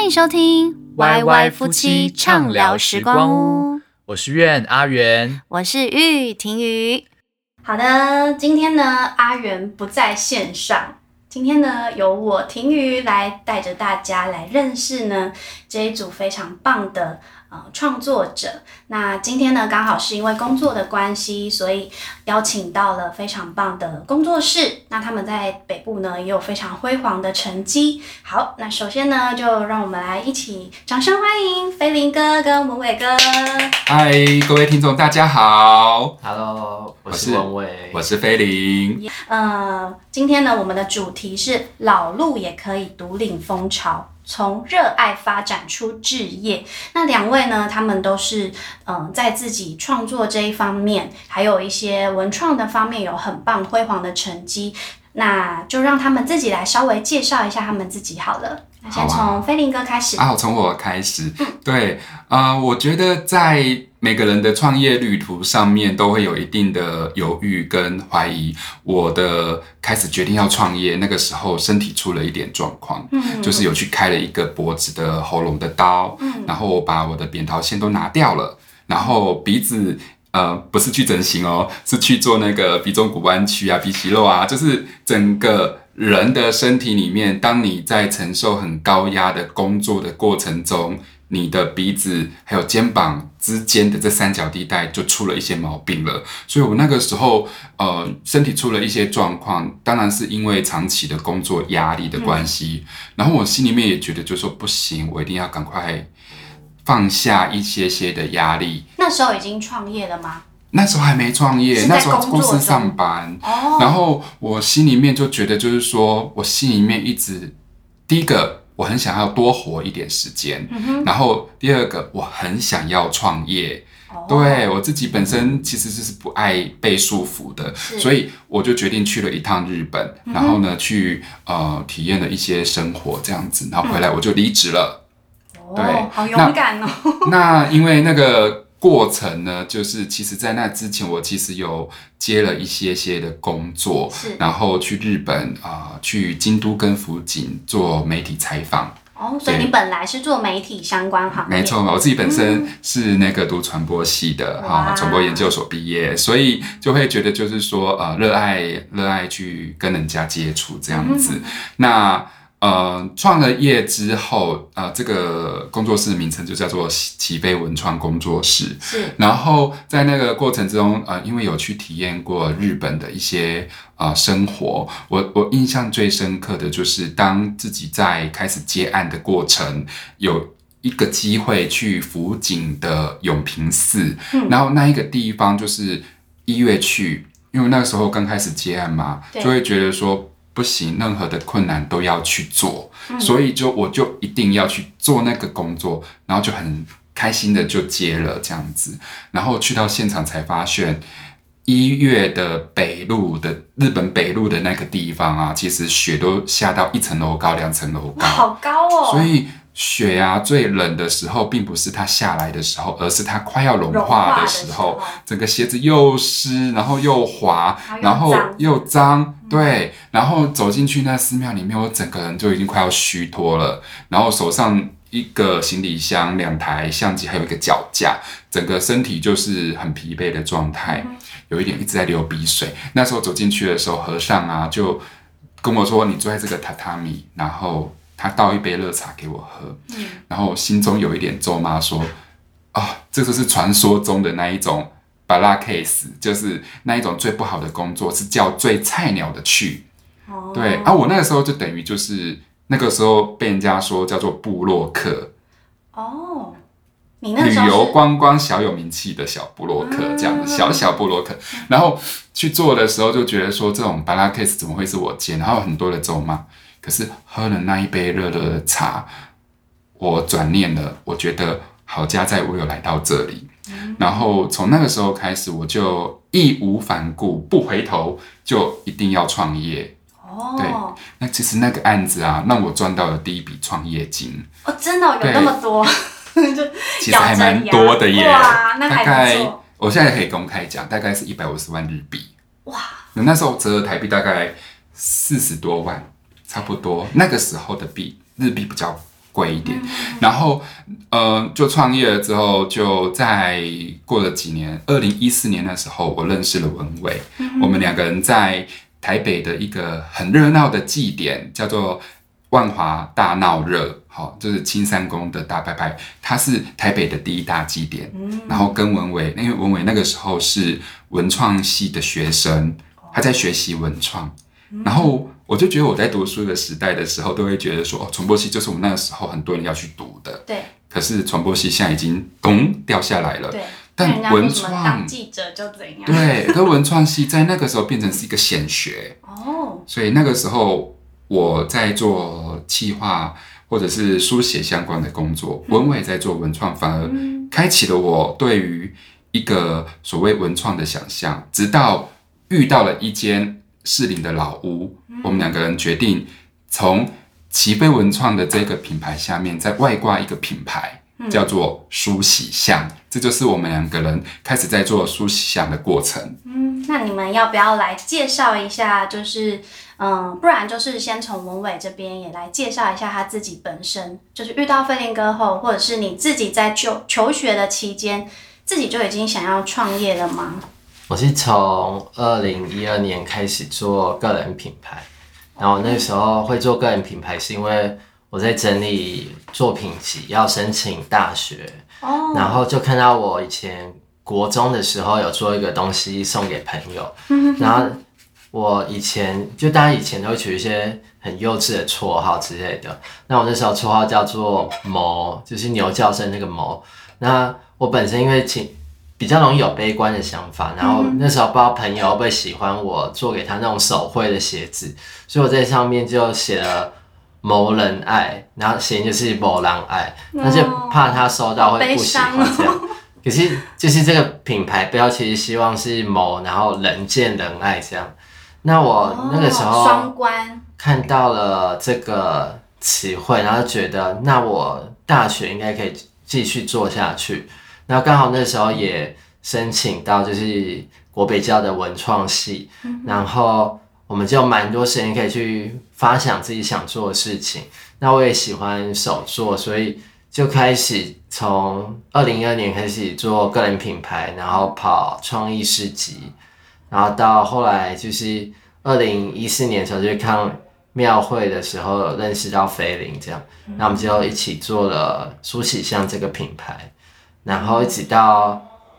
迎收听 YY 夫妻畅聊时光屋， 我是苑阿元， 我是玉婷瑜。 好的，今天呢，阿元不在线上，今天呢，由我婷瑜来带着大家来认识呢这一组非常棒的创作者。那今天呢，刚好是因为工作的关系，所以邀请到了非常棒的工作室。那他们在北部呢也有非常辉煌的成绩。好，那首先呢，就让我们来一起掌声欢迎飞林哥跟文伟哥。 嗨，各位听众，大家好。 Hello， 我是文伟， 我是飞林。 今天呢，我们的主题是老路也可以独领风潮。从热爱发展出志业，那两位呢，他们都是在自己创作这一方面，还有一些文创的方面有很棒辉煌的成绩。那就让他们自己来稍微介绍一下他们自己好了。那先从飞林哥开始。 从我开始。对，我觉得在每个人的创业旅途上面都会有一定的犹豫跟怀疑。我的开始决定要创业，那个时候身体出了一点状况，就是有去开了一个脖子的喉咙的刀，然后我把我的扁桃腺都拿掉了，然后鼻子不是去整形哦，是去做那个鼻中骨弯曲啊、鼻息肉啊，就是整个人的身体里面，当你在承受很高压的工作的过程中，你的鼻子还有肩膀之间的这三角地带就出了一些毛病了。所以我那个时候身体出了一些状况，当然是因为长期的工作压力的关系，然后我心里面也觉得就说不行，我一定要赶快放下一些的压力。 那时候已经创业了吗？ 那时候还没创业，那时候公司上班。然后我心里面就觉得就是说，我心里面一直第一个我很想要多活一点时间，然后第二个我很想要创业。对，我自己本身其实是不爱被束缚的，所以我就决定去了一趟日本，然后呢去体验了一些生活这样子，然后回来我就离职了。对， 好勇敢哦。 那因为那个过程呢，就是其实在那之前我其实有接了一些的工作，然后去日本去京都跟福井做媒体采访。 所以你本来是做媒体相关行业？ 没错，我自己本身是那个读传播系的，传播研究所毕业，所以就会觉得就是说热爱去跟人家接触这样子。那创了业之后，这个工作室的名称就叫做起飞文创工作室。是，然后在那个过程中，因为有去体验过日本的一些生活，我印象最深刻的就是当自己在开始接案的过程，有一个机会去福井的永平寺，然后那一个地方就是1月去，因为那个时候刚开始接案嘛，就会觉得说不行，任何的困难都要去做，所以我就一定要去做那个工作，然后就很开心的就接了这样子，然后去到现场才发现，1月的日本北路的那个地方啊，其实雪都下到1层楼高、2层楼高， 好高哦！ 所以雪啊，最冷的时候并不是它下来的时候，而是它快要融化的时候，整个鞋子又湿，然后又滑，然后又脏，对，然后走进去那寺庙里面，我整个人就已经快要虚脱了，然后手上一个行李箱、2台相机，还有一个脚架，整个身体就是很疲惫的状态，有一点一直在流鼻水。那时候走进去的时候，和尚啊就跟我说：“你坐在这个榻榻米，然后。”他倒一杯热茶给我喝，然后心中有一点咒骂说：“这就是传说中的那一种巴拉 case， 就是那一种最不好的工作，是叫最菜鸟的去。”对，我那个时候就等于就是那个时候被人家说叫做部落客。 你那时候旅游观光小有名气的小部落客，这样子小部落客，然后去做的时候就觉得说这种巴拉 case 怎么会是我接？然后很多的咒骂。可是喝了那一杯热热的茶，我转念了，我觉得好家在我有来到这里，然后从那个时候开始，我就义无反顾，不回头，就一定要创业。对，那其实那个案子啊，让我赚到了第一笔创业金。 真的有那么多？ 其实还蛮多的耶。 哇，那还不错。 大概我现在可以公开讲，大概是150万日币。哇，那时候折合台币大概40多万。差不多那个时候的日币比较贵一点。然后就创业了之后，就在过了几年，2014年那时候，我认识了文伟，我们2个人在台北的一个很热闹的祭典，叫做万华大闹热，就是青山宫的大拜拜，它是台北的第1大祭典。然后跟文伟，因为文伟那个时候是文创系的学生，他在学习文创，然后我就觉得我在读书的时代的时候，都会觉得说，传播系就是我们那个时候很多人要去读的。 对。 可是传播系现在已经咚掉下来了。 对。 但文创当记者就怎样？ 对，可文创系在那个时候变成是一个显学。所以那个时候我在做企划或者是书写相关的工作，文伟在做文创，反而开启了我对于一个所谓文创的想象。直到遇到了一间士林的老屋，我们2个人决定从齐飞文创的这个品牌下面再外挂一个品牌，叫做梳洗巷。这就是我们2个人开始在做梳洗巷的过程。 那你们要不要来介绍一下？就是不然就是先从文伟这边也来介绍一下他自己本身，就是遇到飞林哥后，或者是你自己在求学的期间，自己就已经想要创业了吗？ 我是从2012年开始做个人品牌，然后那时候会做个人品牌是因为我在整理作品集要申请大学，然后就看到我以前国中的时候有做一个东西送给朋友，然后我以前就大家以前都会取一些很幼稚的绰号之类的，那我那时候绰号叫做谋，就是牛叫声那个谋。那我本身因为比较容易有悲观的想法，然后那时候不知道朋友会不会喜欢我做给他那种手绘的写字，所以我在上面就写了谋人爱，然后谐音就是谋人爱，那就怕他收到会不喜欢这样。可是就是这个品牌标其实希望是谋，然后人见人爱这样。那我那个时候双关看到了这个词汇，然后觉得那我大学应该可以继续做下去。然后刚好那时候也申请到就是国北教的文创系，然后我们就有蛮多时间可以去发想自己想做的事情。那我也喜欢手作，所以就开始从2012年开始做个人品牌，然后跑创意市集，然后到后来就是2014年的时候就看庙会的时候认识到菲林这样，那我们就一起做了梳洗巷这个品牌，然后一直到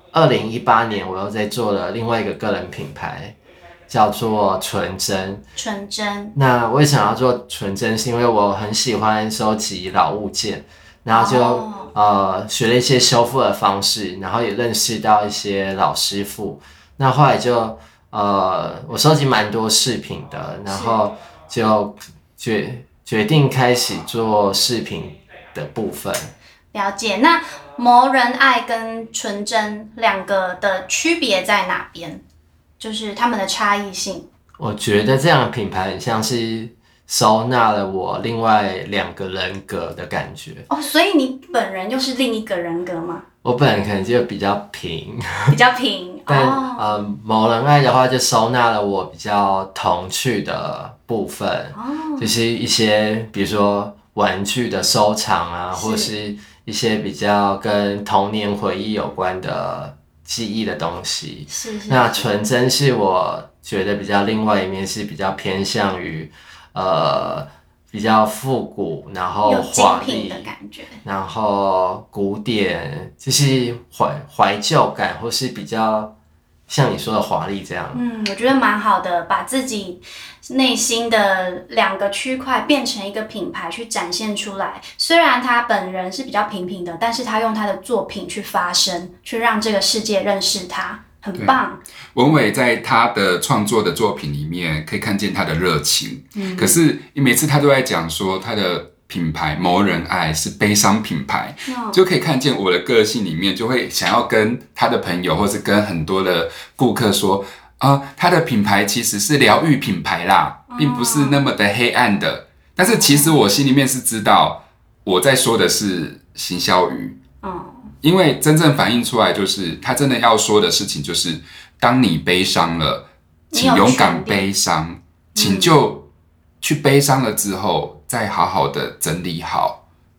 2018年我又在做了另外一个个人品牌，叫做纯真。 纯真。 那为什么要做纯真？是因为我很喜欢收集老物件，然后就学了一些修复的方式，然后也认识到一些老师傅。那后来就我收集蛮多饰品的，然后就决定开始做饰品的部分。 了解。那谋人爱跟纯真两个的区别在哪边？就是他们的差异性。 我觉得这样的品牌很像是收纳了我另外2个人格的感觉。 哦，所以你本人又是另一个人格吗？ 我本人可能就比较平， 比较平。 但谋人爱的话就收纳了我比较童趣的部分，就是一些比如说玩具的收藏啊，或是一些比较跟童年回忆有关的记忆的东西。是。那纯真是我觉得比较另外一面，是比较偏向于比较复古，然后华丽的感觉， 然后古典，就是怀旧感，或是比较像你说的华丽这样。 我觉得蛮好的，把自己内心的2个区块变成一个品牌去展现出来。虽然他本人是比较平平的，但是他用他的作品去发声，去让这个世界认识他。很棒。 文伟在他的创作的作品里面可以看见他的热情，可是每次他都在讲说他的品牌谋人爱是悲伤品牌，就可以看见我的个性里面就会想要跟他的朋友或是跟很多的顾客说他的品牌其实是疗愈品牌啦，并不是那么的黑暗的。但是其实我心里面是知道我在说的是行销语，因为真正反映出来就是他真的要说的事情就是当你悲伤了，请勇敢悲伤，请就去悲伤了之后再好好的整理好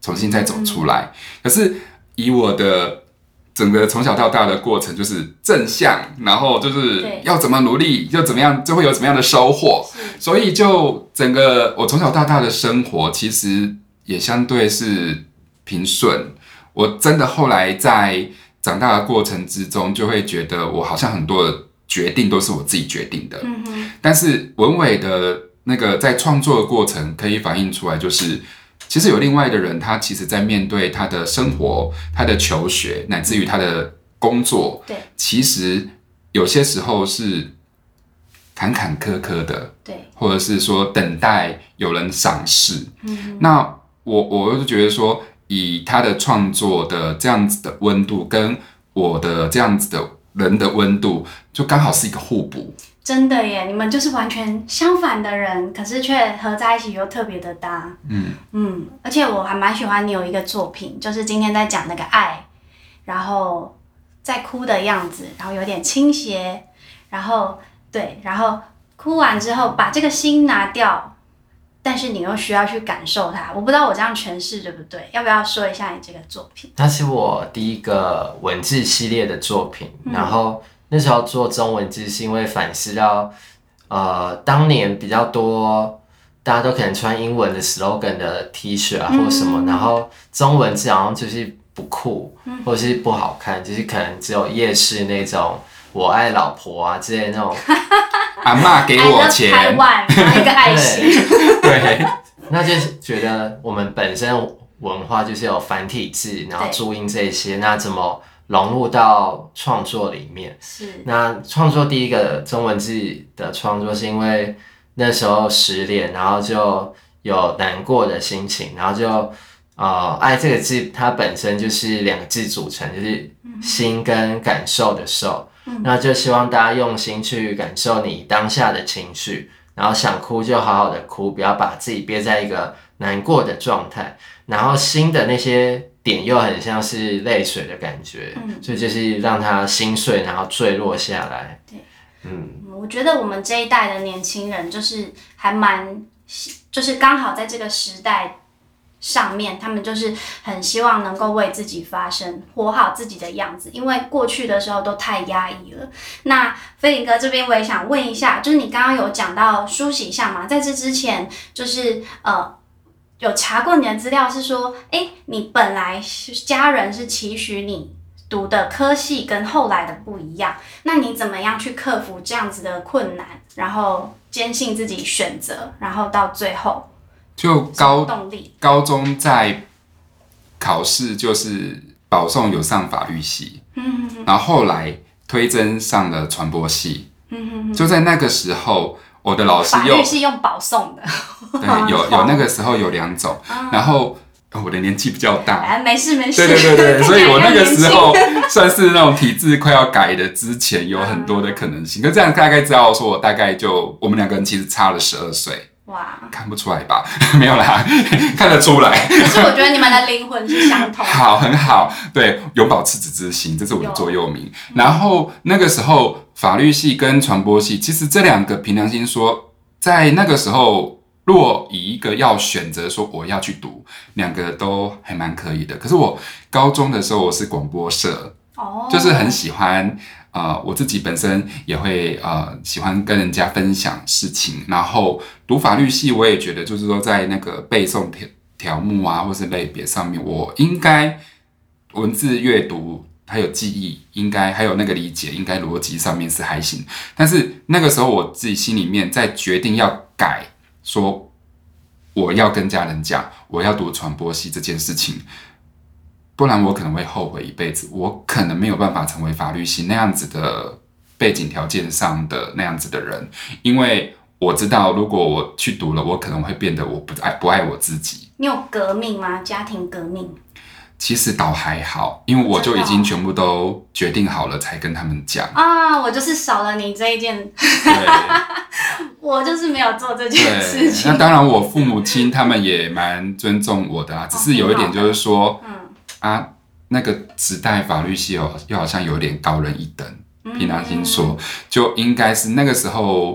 重新再走出来。可是以我的整个从小到大的过程就是正向，然后就是要怎么努力，就怎么样，就会有怎么样的收获。所以就整个我从小到大的生活，其实也相对是平顺。我真的后来在长大的过程之中，就会觉得我好像很多的决定都是我自己决定的。但是文伟的那个在创作的过程可以反映出来，就是其实有另外的人，他其实在面对他的生活、他的求学，乃至于他的工作， 对， 其实有些时候是坎坎坷坷的， 对， 或者是说等待有人赏识。那我就觉得说，以他的创作的这样子的温度，跟我的这样子的人的温度，就刚好是一个互补。 真的耶，你们就是完全相反的人，可是却合在一起又特别的搭。而且我还蛮喜欢你有一个作品，就是今天在讲那个爱，然后在哭的样子，然后有点倾斜，然后哭完之后把这个心拿掉，但是你又需要去感受它。我不知道我这样诠释对不对？要不要说一下你这个作品？ 它是我第一个文字系列的作品，然后那时候做中文字是因为反思到，当年比较多大家都可能穿英文的 slogan 的 T 恤啊或什么，然后中文字好像就是不酷，或者是不好看，就是可能只有夜市那种我爱老婆啊之类的那种， 阿嬷给我钱， 台湾一个爱心， 对，那就是觉得我们本身文化就是有繁体字，然后注音这些，那怎么融入到创作里面？ 是。那创作第一个中文字的创作是因为那时候失恋，然后就有难过的心情，然后就爱这个字它本身就是两个字组成，就是心跟感受的受。那就希望大家用心去感受你当下的情绪，然后想哭就好好的哭，不要把自己憋在一个难过的状态。然后心的那些点又很像是泪水的感觉，所以就是让它心碎，然后坠落下来。 对，我觉得我们这一代的年轻人就是就是刚好在这个时代上面，他们就是很希望能够为自己发声，活好自己的样子，因为过去的时候都太压抑了。那飞林哥这边我也想问一下，就是你刚刚有讲到梳洗相嘛，在这之前就是有查过你的资料，是说你本来家人是期许你读的科系跟后来的不一样，那你怎么样去克服这样子的困难，然后坚信自己选择，然后到最后就动力？ 高中在考试就是保送有上法律系，然后后来推甄上了传播系，就在那个时候，我的老师法律系用保送的， 对，有那个时候有2种，然后我的年纪比较大， 没事， 对，所以我那个时候算是那种体制快要改的之前，有很多的可能性。可这样大概知道说，我们2个人其实差了12岁。 哇， 看不出来吧？没有啦，看得出来。 可是我觉得你们的灵魂是相同的。 好，很好，对，永葆赤子之心，这是我的座右铭。然后那个时候，法律系跟传播系，其实这2个凭良心说，在那个时候，若以一个要选择说我要去读，2个都还蛮可以的。可是我高中的时候，我是广播社，就是很喜欢。我自己本身也会喜欢跟人家分享事情，然后读法律系，我也觉得就是说在那个背诵条目啊，或是类别上面，我应该文字阅读还有记忆，应该还有那个理解，应该逻辑上面是还行。但是那个时候我自己心里面在决定要改，说我要跟家人讲我要读传播系这件事情。不然我可能会后悔一辈子，我可能没有办法成为法律系那样子的背景条件上的那样子的人，因为我知道如果我去读了，我可能会变得我不爱我自己。 你有革命吗？家庭革命？ 其实倒还好，因为我就已经全部都决定好了才跟他们讲啊，我就是少了你这一件，我就是没有做这件事情。 那当然我父母亲他们也蛮尊重我的啊，只是有一点就是说那个时代法律系又好像有点高人一等，凭良心说，就应该是那个时候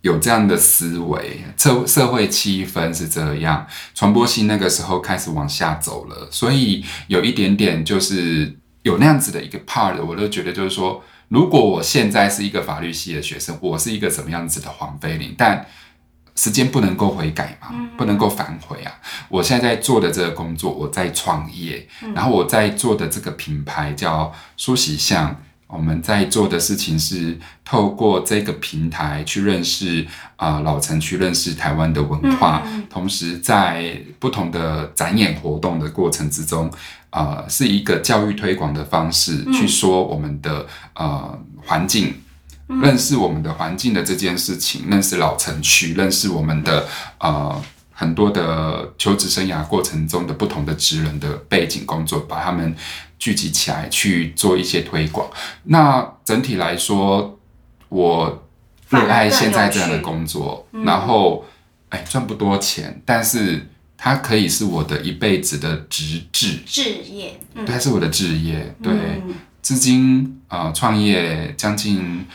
有这样的思维，社会气氛是这样，传播系那个时候开始往下走了，所以有一点点就是有那样子的一个 part， 我就觉得就是说，如果我现在是一个法律系的学生，我是一个什么样子的黄飞凌，但时间不能够悔改嘛，不能够反悔啊！我现在在做的这个工作，我在创业，然后我在做的这个品牌叫梳洗巷，我们在做的事情是透过这个平台去认识老城区，认识台湾的文化，同时在不同的展演活动的过程之中，是一个教育推广的方式，去说我们的环境。认识我们的环境的这件事情，认识老城区，认识我们的很多的求职生涯过程中的不同的职人的背景工作，把他们聚集起来去做一些推广。那整体来说，我热爱现在这样的工作，然后赚不多钱，但是它可以是我的一辈子的职业， 对，它是我的职业，对，至今创业将近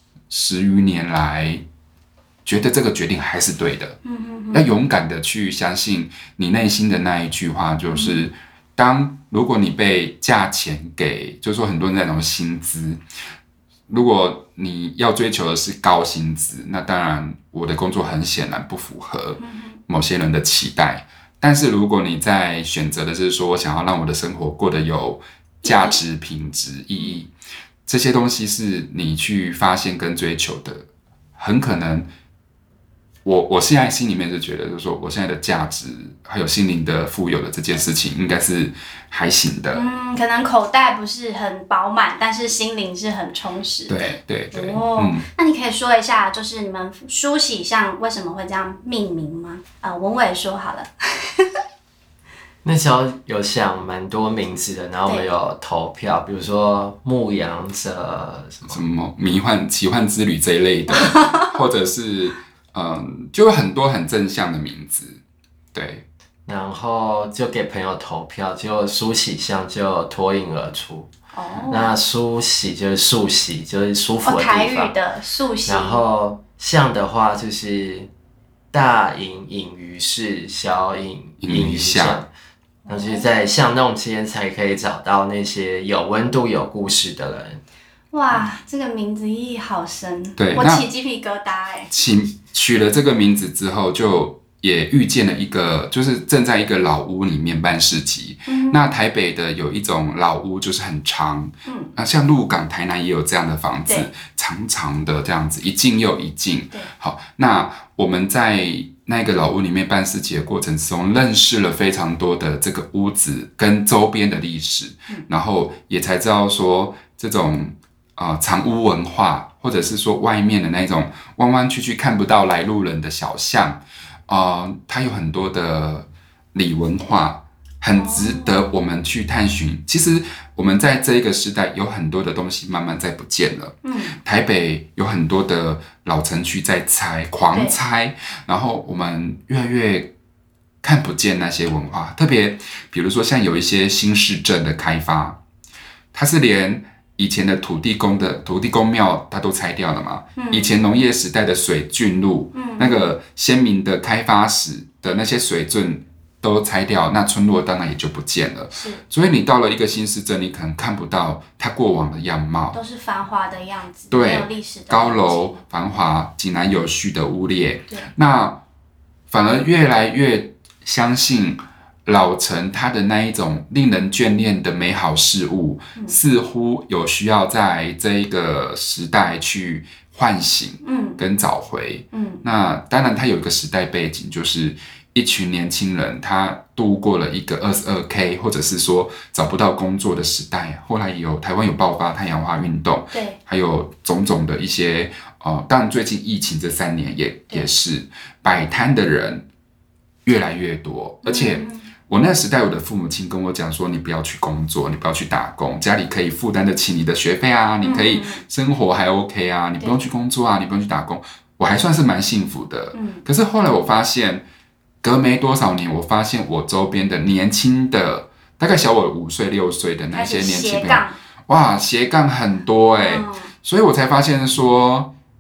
10余年来，觉得这个决定还是对的。要勇敢的去相信你内心的那一句话，就是如果你被价钱给，就是说很多人在讲薪资，如果你要追求的是高薪资，那当然我的工作很显然不符合某些人的期待。但是如果你在选择的是说我想要让我的生活过得有价值、品质、意义，这些东西是你去发现跟追求的，很可能我现在心里面就觉得，就是说我现在的价值还有心灵的富有的这件事情，应该是还行的。 可能口袋不是很饱满，但是心灵是很充实的。 对。 那你可以说一下，就是你们梳洗巷为什么会这样命名吗？文伟说好了。 那时候有想蛮多名字的，然后我们有投票，比如说牧羊者什么奇幻之旅这一类的，或者是就有很多很正向的名字，对。 然后就给朋友投票，就梳洗巷就脱颖而出。那梳洗就是漱洗，就是舒服的地方。 台语的漱洗。 然后巷的话就是大隐隐于市，小隐隐于巷。那就是在巷弄之间才可以找到那些有温度、有故事的人。 哇，这个名字意义好深， 对， 我起鸡皮疙瘩取了这个名字之后，就也遇见了一个，就是正在一个老屋里面办市集。那台北的有一种老屋，就是很长，像鹿港、台南也有这样的房子，长长的这样子，一进又一进。好，那我们在那个老屋里面办市集的过程之中，认识了非常多的这个屋子跟周边的历史，然后也才知道说这种藏屋文化，或者是说外面的那种弯弯曲曲看不到来路人的小巷，它有很多的里文化，很值得我们去探寻。其实我们在这一个时代有很多的东西慢慢在不见了。台北有很多的老城区在狂拆，然后我们越来越看不见那些文化。特别比如说像有一些新市镇的开发，它是连以前的土地公庙它都拆掉了嘛。以前农业时代的水圳路，那个鲜明的开发史的那些水圳都拆掉，那村落当然也就不见了。所以你到了一个新市镇，你可能看不到它过往的样貌， 都是繁华的样子， 对， 没有历史的高楼繁华，井然有序的屋列。那反而越来越相信老城它的那一种令人眷恋的美好事物，似乎有需要在这一个时代去唤醒跟找回。那当然它有一个时代背景，就是一群年轻人他度过了一个22K 或者是说找不到工作的时代，后来台湾有爆发太阳花运动， 对， 还有种种的一些当然最近疫情这3年也是摆摊的人越来越多。而且我那时代我的父母亲跟我讲说，你不要去工作，你不要去打工，家里可以负担得起你的学费啊，你可以生活还 OK 啊，你不用去工作啊，你不用去打工，我还算是蛮幸福的。可是后来我发现隔没多少年，我发现我周边的年轻的大概小我5岁6岁的那些年轻朋友，哇，斜杠很多所以我才发现说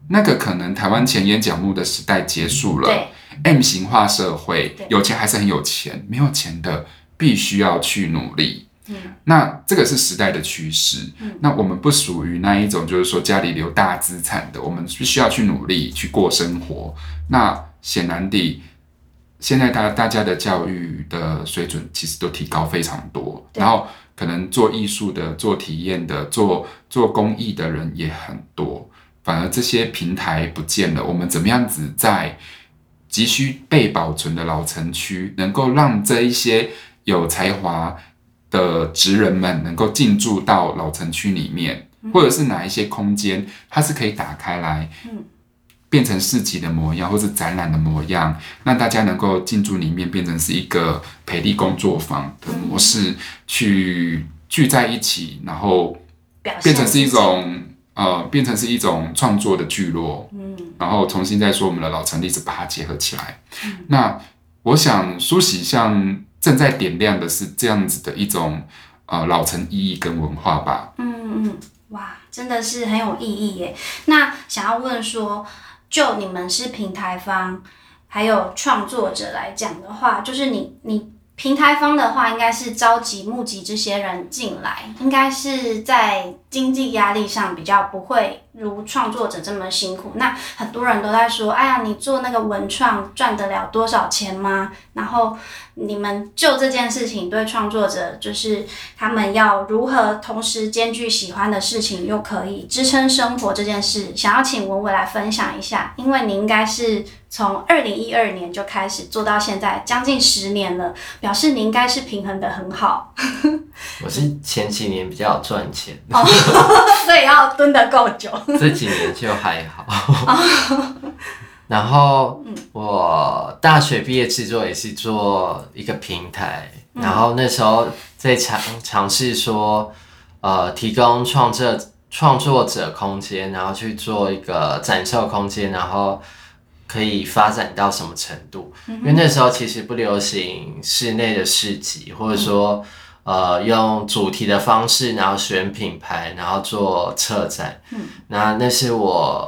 那个可能台湾钱淹脚木的时代结束了， 对 M 型化社会，有钱还是很有钱，没有钱的必须要去努力。那这个是时代的趋势。那我们不属于那一种，就是说家里留大资产的，我们必须要去努力去过生活。那显然地，现在大家的教育的水准其实都提高非常多，然后可能做艺术的、做体验的、做公益的人也很多。反而这些平台不见了，我们怎么样子在急需被保存的老城区，能够让这一些有才华的职人们能够进驻到老城区里面，或者是哪一些空间，它是可以打开来，变成市集的模样，或是展览的模样，让大家能够进驻里面，变成是一个培力工作坊的模式，去聚在一起，然后变成是一种。变成是一种创作的聚落，然后重新再说我们的老城历史，把它结合起来。那我想梳洗像正在点亮的是这样子的一种老城意义跟文化吧。 哇，真的是很有意义耶。那想要问说，就你们是平台方还有创作者来讲的话，就是你平台方的话，应该是募集这些人进来，应该是在经济压力上比较不会如创作者这么辛苦。那很多人都在说，哎呀，你做那个文创赚得了多少钱吗？然后你们就这件事情对创作者，就是他们要如何同时兼具喜欢的事情，又可以支撑生活这件事，想要请文伟来分享一下，因为你应该是从2012年就开始做到现在，将近10年了，表示你应该是平衡得很好。 我是前几年比较有赚钱， 所以要蹲得够久。 这几年就还好。然后我大学毕业制作也是做一个平台，然后那时候在尝试说，提供创作者空间，然后去做一个展售空间，然后可以发展到什么程度？因为那时候其实不流行室内的市集，或者说用主题的方式，然后选品牌，然后做策展。那是我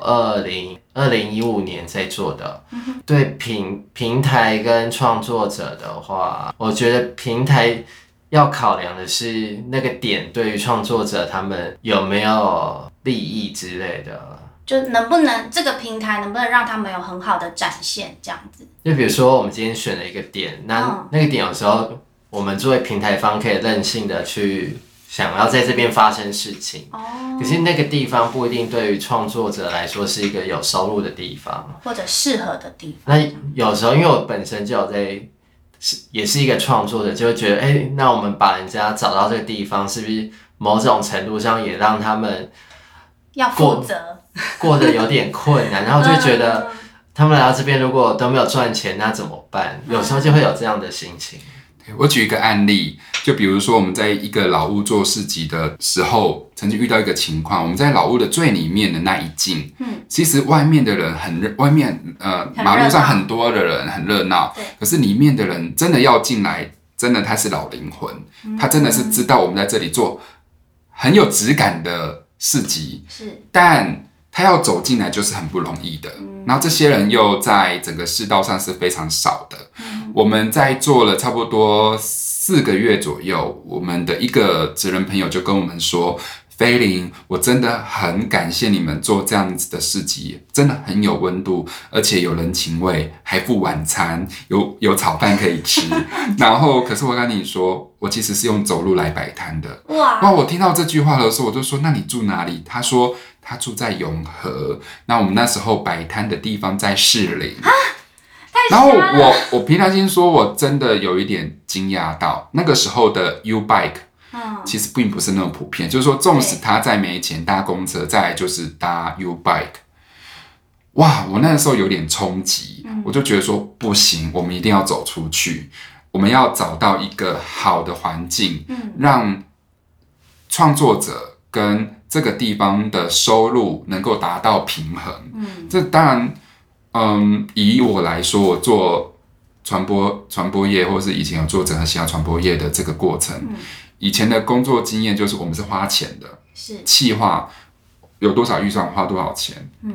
2015年在做的。对平台跟创作者的话，我觉得平台要考量的是那个点对于创作者他们有没有利益之类的。 就能不能这个平台能不能让他们有很好的展现，这样子。 就比如说我们今天选了一个点，那个点有时候我们作为平台方可以任性的去想要在这边发生事情，可是那个地方不一定对于创作者来说是一个有收入的地方， 或者适合的地方。 那有时候因为我本身就有也是一个创作者，就会觉得那我们把人家找到这个地方，是不是某种程度上也让他们要负责过得有点困难，然后就觉得他们来到这边如果都没有赚钱，那怎么办？有时候就会有这样的心情。 我举一个案例，就比如说我们在一个老屋做市集的时候，曾经遇到一个情况，我们在老屋的最里面的那一径，其实外面的人马路上很多的人很热闹，可是里面的人真的要进来，真的他是老灵魂，他真的是知道我们在这里做很有质感的市集，但他要走进来就是很不容易的，然后这些人又在整个世道上是非常少的。我们在做了差不多4个月左右，我们的一个职人朋友就跟我们说，菲林，我真的很感谢你们做这样子的市集，真的很有温度，而且有人情味，还附晚餐，有炒饭可以吃。然后可是我跟你说，我其实是用走路来摆摊的。哇！我听到这句话的时候，我就说，那你住哪里？他说他住在永和，那我们那时候摆摊的地方在士林。然后我凭良心说，我真的有一点惊讶到，那个时候的 U-Bike 其实并不是那么普遍，就是说纵使他在没钱搭公车，再来就是搭 U-Bike。哇，我那个时候有点冲击，我就觉得说不行，我们一定要走出去，我们要找到一个好的环境，让创作者跟这个地方的收入能够达到平衡。这当然以我来说，我做传播业，或是以前有做整合行销传播业的这个过程，以前的工作经验就是我们是花钱的，是企划有多少预算花多少钱，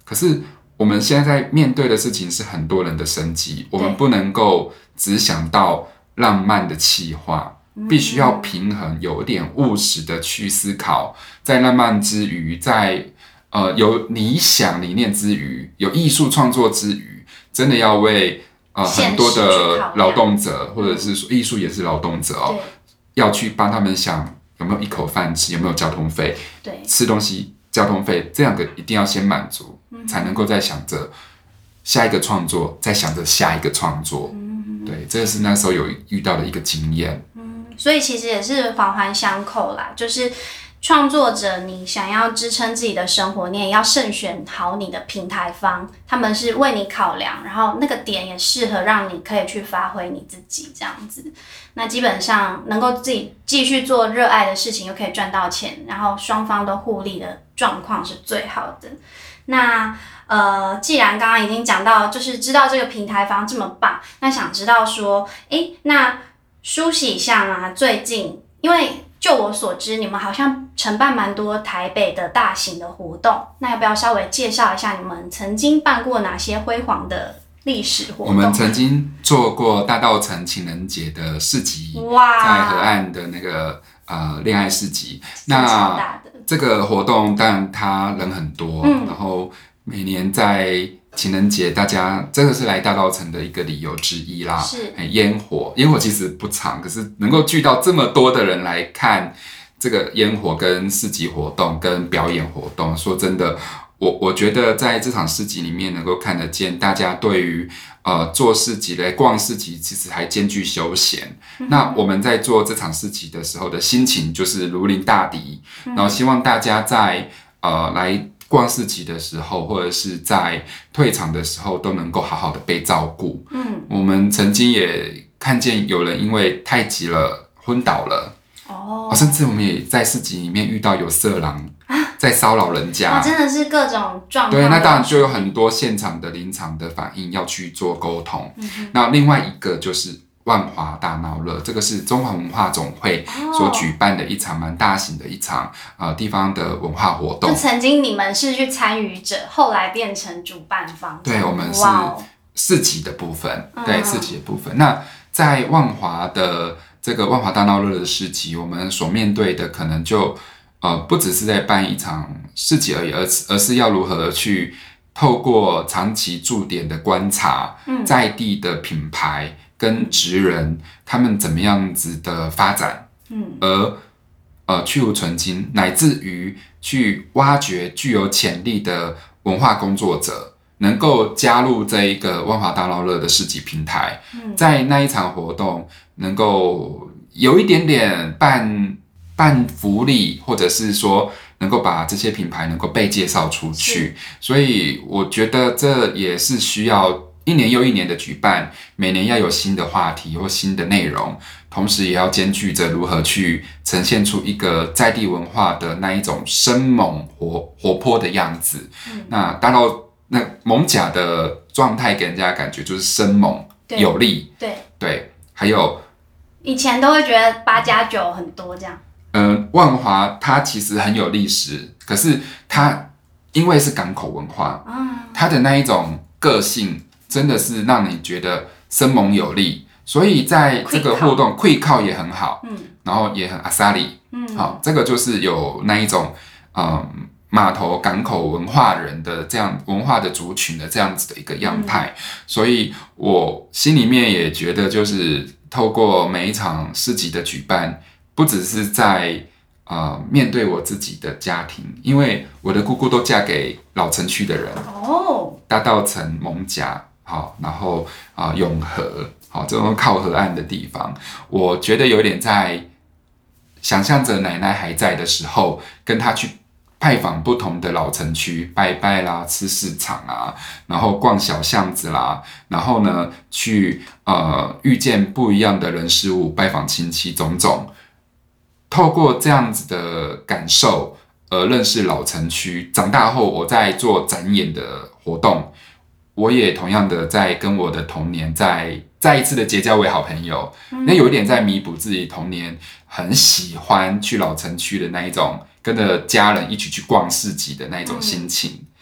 可是我们现在在面对的事情是很多人的生计，我们不能够只想到浪漫的企划，必须要平衡，有点务实的去思考，在浪漫之余，在有理想理念之余，有艺术创作之余，真的要为很多的劳动者，或者是说艺术也是劳动者要去帮他们想有没有一口饭吃，有没有交通费， 对， 吃东西交通费这两个一定要先满足，才能够再想着下一个创作，再想着下一个创作。对，这是那时候有遇到的一个经验。 所以其实也是环环相扣啦，就是创作者你想要支撑自己的生活，你也要慎选好你的平台方，他们是为你考量，然后那个点也适合让你可以去发挥你自己这样子。那基本上能够自己继续做热爱的事情，又可以赚到钱，然后双方都互利的状况是最好的。那既然刚刚已经讲到，就是知道这个平台方这么棒，那想知道说，那梳洗巷啊，最近因为就我所知，你们好像承办蛮多台北的大型的活动，那要不要稍微介绍一下你们曾经办过哪些辉煌的历史活动？ 我们曾经做过大稻埕情人节的市集， 哇， 在河岸的那个恋爱市集。那这个活动当然它人很多，然后每年在情人节，大家这个是来大稻埕的一个理由之一啦。 是烟火其实不长，可是能够聚到这么多的人来看这个烟火跟市集活动跟表演活动，说真的，我觉得在这场市集里面能够看得见大家对于做市集来逛市集，其实还兼具休闲。那我们在做这场市集的时候的心情就是如临大敌，然后希望大家在来逛市集的时候，或者是在退场的时候，都能够好好的被照顾。我们曾经也看见有人因为太急了昏倒了，甚至我们也在市集里面遇到有色狼在骚扰人家， 真的是各种状况。 对，那当然就有很多现场的临场的反应要去做沟通。那另外一个就是万华大闹热，这个是中华文化总会所举办的一场蛮大型的一场地方的文化活动。 就曾经你们是去参与者，后来变成主办方。 对，我们是市集的部分，对，市集的部分。那在万华的这个万华大闹热的市集，我们所面对的可能就不只是在办一场市集而已，而是要如何去透过长期驻点的观察，在地的品牌跟职人他们怎么样子的发展，而去无存菁，乃至于去挖掘具有潜力的文化工作者，能够加入这一个万华大闹热的市集平台，在那一场活动能够有一点点办福利，或者是说能够把这些品牌能够被介绍出去。所以我觉得这也是需要一年又一年的举办，每年要有新的话题或新的内容，同时也要兼具着如何去呈现出一个在地文化的那一种生猛活泼的样子。那那艋舺的状态给人家的感觉就是生猛有力，对，还有以前都会觉得8+9很多这样。 万华它其实很有历史，可是它因为是港口文化，它的那一种个性真的是让你觉得生猛有力，所以在这个互动quick靠也很好，然后也很阿萨里，好，这个就是有那一种码头港口文化人的这样文化的族群的这样子的一个样态，所以我心里面也觉得就是透过每一场市集的举办，不只是在面对我自己的家庭，因为我的姑姑都嫁给老城区的人，大稻埕、艋舺，好，然后永和，好，这种靠河岸的地方，我觉得有点在想象着奶奶还在的时候，跟她去拜访不同的老城区，拜拜啦，吃市场啊，然后逛小巷子啦，然后呢去遇见不一样的人事物，拜访亲戚种种。透过这样子的感受而认识老城区，长大后我在做展演的活动，我也同样的在跟我的童年再一次的结交为好朋友，那有一点在弥补自己童年很喜欢去老城区的那一种跟着家人一起去逛市集的那一种心情。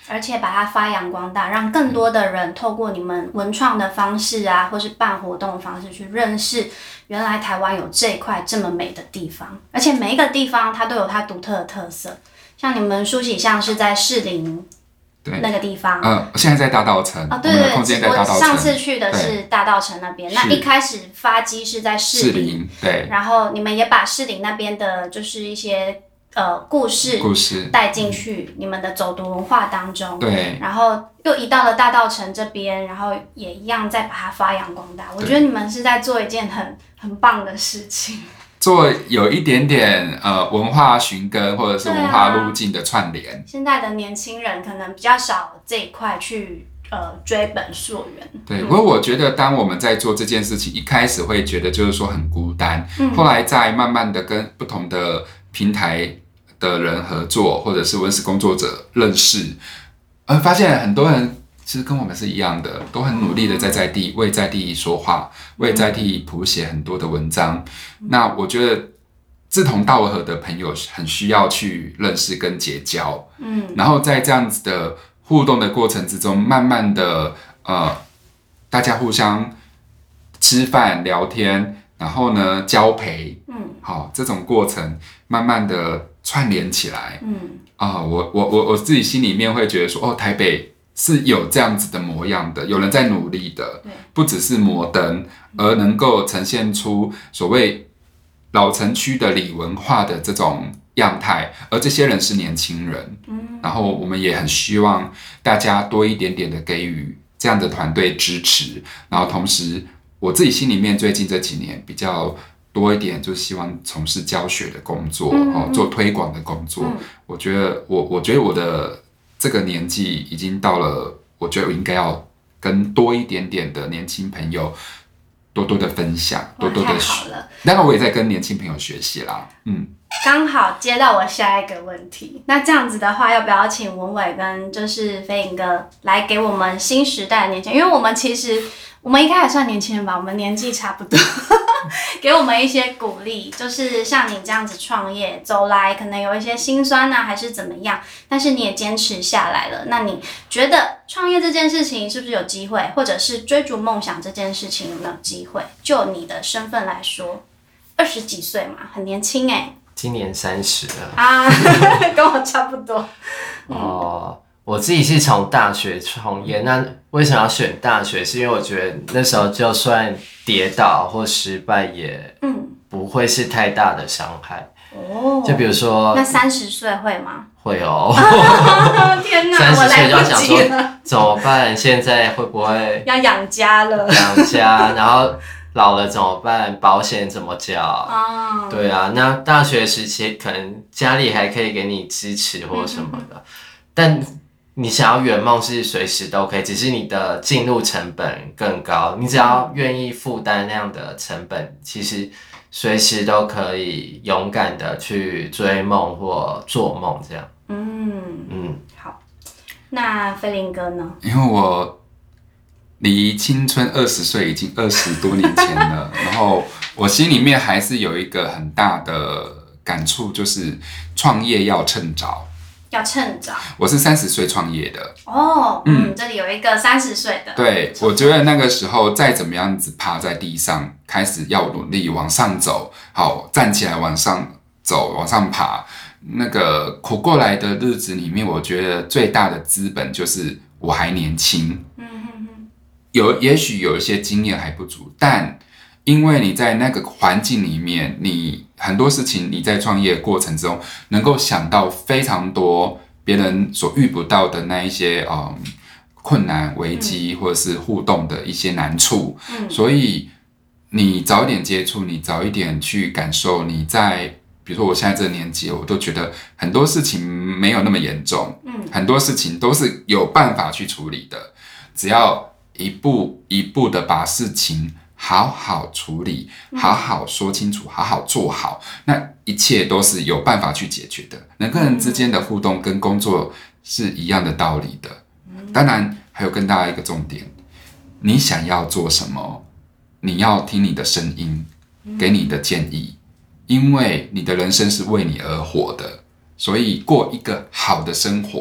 而且把它发扬光大，让更多的人透过你们文创的方式啊，或是办活动的方式去认识原来台湾有这一块这么美的地方，而且每一个地方它都有它独特的特色。像你们书喜巷是在士林那个地方， 现在在大稻埕对对对， 我上次去的是大稻埕那边，那一开始发迹是在士林， 对， 然后你们也把士林那边的就是一些故事带进去你们的走读文化当中， 对， 然后又移到了大稻埕这边，然后也一样再把它发扬光大。我觉得你们是在做一件很棒的事情， 做有一点点文化寻根或者是文化路径的串联。 现在的年轻人可能比较少这一块去追本溯源。 对，不过我觉得当我们在做这件事情，一开始会觉得就是说很孤单，后来在慢慢的跟不同的平台的人合作，或者是文史工作者认识，发现很多人其实跟我们是一样的，都很努力的在地为在地说话，为在地谱写很多的文章。那我觉得志同道合的朋友很需要去认识跟结交，然后在这样子的互动的过程之中，慢慢的大家互相吃饭聊天，然后呢交陪，好，这种过程慢慢的串联起来，我自己心里面会觉得说，台北是有这样子的模样的，有人在努力的，不只是摩登，而能够呈现出所谓老城区的里文化的这种样态，而这些人是年轻人，然后我们也很希望大家多一点点的给予这样的团队支持，然后同时我自己心里面最近这几年比较多一点，就是希望从事教学的工作，做推广的工作。我觉得我的这个年纪已经到了，我觉得我应该要跟多一点点的年轻朋友多多的分享，多多的学。当然我也在跟年轻朋友学习啦。 刚好接到我下一个问题，那这样子的话，要不要请文伟跟就是飞颖哥来给我们新时代的年轻人，因为我们其实我们应该还算年轻人吧，我们年纪差不多，给我们一些鼓励，就是像你这样子创业走来，可能有一些辛酸啊，还是怎么样，但是你也坚持下来了。那你觉得创业这件事情是不是有机会，或者是追逐梦想这件事情有没有机会？就你的身份来说，20几岁嘛，很年轻今年30了啊，跟我差不多。 我自己是从大学创业，那为什么要选大学？是因为我觉得那时候就算跌倒或失败，也不会是太大的伤害。就比如说， 那30岁会吗？ 会哦。 天哪 ，30岁就要想说怎么办？现在会不会要养家了？ 养家，然后老了怎么办？保险怎么缴？对啊，那大学时期可能家里还可以给你支持或什么的，但你想要圆梦是随时都可以，只是你的进入成本更高。你只要愿意负担那样的成本，其实随时都可以勇敢的去追梦或做梦这样。 好，那飞林哥呢？ 因为我离青春20岁已经20多年前了，然后我心里面还是有一个很大的感触，就是创业要趁早。 要趁早。 我是30岁创业的。 这里有一个30岁的。 对，我觉得那个时候再怎么样子趴在地上，开始要努力往上走，好，站起来往上走，往上爬。那个苦过来的日子里面，我觉得最大的资本就是我还年轻。也许有一些经验还不足，但因为你在那个环境里面，你很多事情你在创业过程中能够想到非常多别人所遇不到的那一些困难危机或者是互动的一些难处，所以你早一点接触，你早一点去感受，你在比如说我现在这个年纪，我都觉得很多事情没有那么严重，很多事情都是有办法去处理的，只要一步一步的把事情好好处理，好好说清楚，好好做好，那一切都是有办法去解决的。人跟人之间的互动跟工作是一样的道理的。当然还有跟大家一个重点，你想要做什么，你要听你的声音，给你的建议，因为你的人生是为你而活的，所以过一个好的生活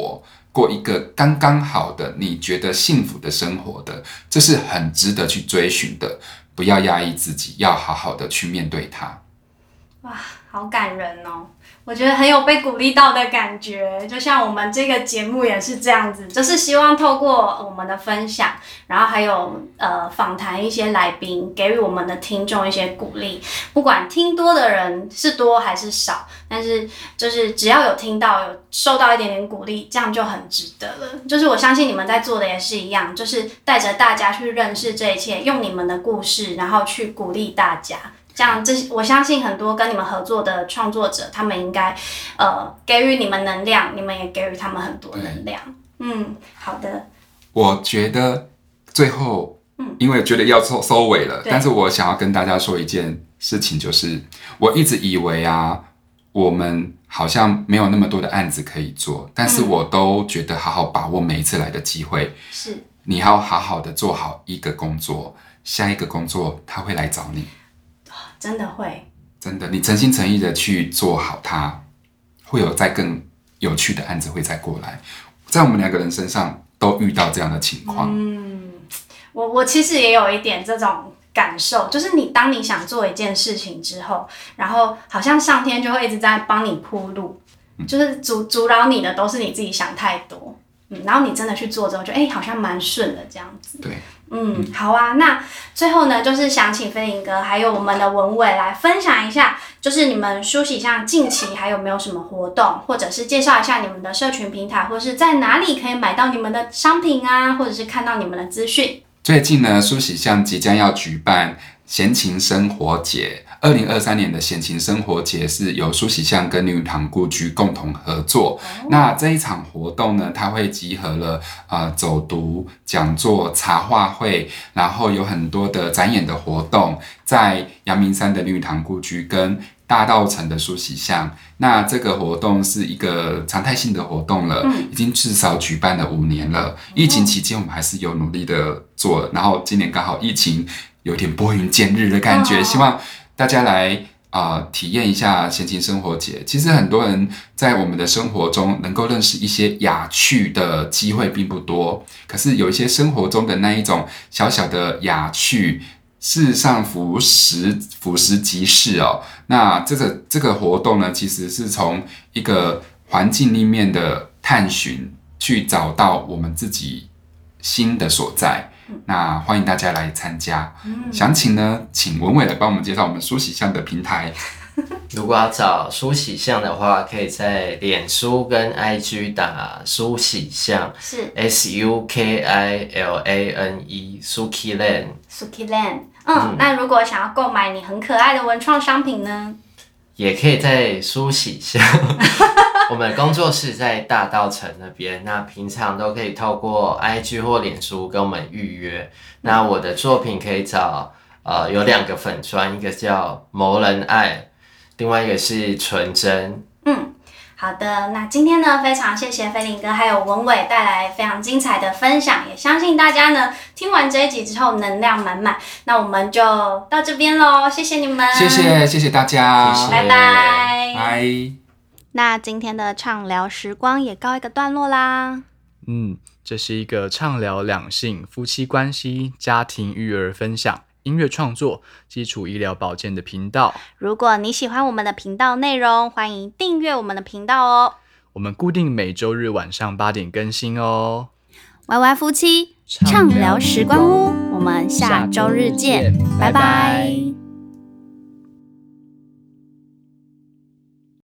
过一个刚刚好的你觉得幸福的生活的，这是很值得去追寻的。不要压抑自己，要好好的去面对它。 哇，好感人哦！我觉得很有被鼓励到的感觉，就像我们这个节目也是这样子，就是希望透过我们的分享，然后还有访谈一些来宾，给予我们的听众一些鼓励。不管听多的人是多还是少，但是就是只要有听到，有受到一点点鼓励，这样就很值得了。就是我相信你们在做的也是一样，就是带着大家去认识这一切，用你们的故事，然后去鼓励大家。这样，我相信很多跟你们合作的创作者，他们应该给予你们能量，你们也给予他们很多能量。好的。 我觉得最后，因为觉得要收尾了，但是我想要跟大家说一件事情，就是我一直以为我们好像没有那么多的案子可以做，但是我都觉得好好把握每一次来的机会。 是， 你要好好的做好一个工作，下一个工作他会来找你。 真的会， 真的，你诚心诚意的去做好它，会有再更有趣的案子会再过来。在我们2个人身上都遇到这样的情况。 我其实也有一点这种感受，就是当你想做一件事情之后，然后好像上天就会一直在帮你铺路，就是阻扰你的都是你自己想太多。然后你真的去做之后，就好像蛮顺的这样子。 对， 好啊。那最后呢，就是想请飞林哥还有我们的文伟来分享一下，就是你们书喜巷近期还有没有什么活动，或者是介绍一下你们的社群平台，或是在哪里可以买到你们的商品啊，或者是看到你们的资讯。 最近呢，书喜巷即将要举办闲情生活节。2023年的闲情生活节是由书喜巷跟林语堂故居共同合作。那这一场活动呢，它会集合了走读、讲座、茶话会，然后有很多的展演的活动，在阳明山的林语堂故居跟大稻埕的书喜巷。那这个活动是一个常态性的活动了，已经至少举办了5年了。疫情期间我们还是有努力的做，然后今年刚好疫情有点拨云见日的感觉，希望大家来体验一下闲情生活节。其实很多人在我们的生活中能够认识一些雅趣的机会并不多，可是有一些生活中的那一种小小的雅趣，事实上俯拾即是哦。那这个活动呢，其实是从一个环境里面的探寻，去找到我们自己新的所在。那欢迎大家来参加。详情呢，请文伟来帮我们介绍我们书喜巷的平台。 如果要找书喜巷的话，可以在脸书跟 IG 打书喜巷， 是 SUKILANE Sukiland。 那如果想要购买你很可爱的文创商品呢， 也可以在书喜巷。我们工作室在大稻埕那边，那平常都可以透过 IG 或脸书跟我们预约。那我的作品可以找有2个粉专，一个叫谋人爱，另外一个是纯真。 好的，那今天呢，非常谢谢飞林哥还有文伟带来非常精彩的分享，也相信大家呢听完这一集之后能量满满。那我们就到这边咯，谢谢你们， 谢谢大家， 谢谢， 拜拜， 拜。 那今天的畅聊时光也告一个段落啦。 这是一个畅聊两性、夫妻关系、家庭育儿分享、音乐创作、基础医疗保健的频道。 如果你喜欢我们的频道内容，欢迎订阅我们的频道哦。 我们固定每周日晚上8点更新哦。 YY夫妻畅聊时光屋，我们下周日见，拜拜。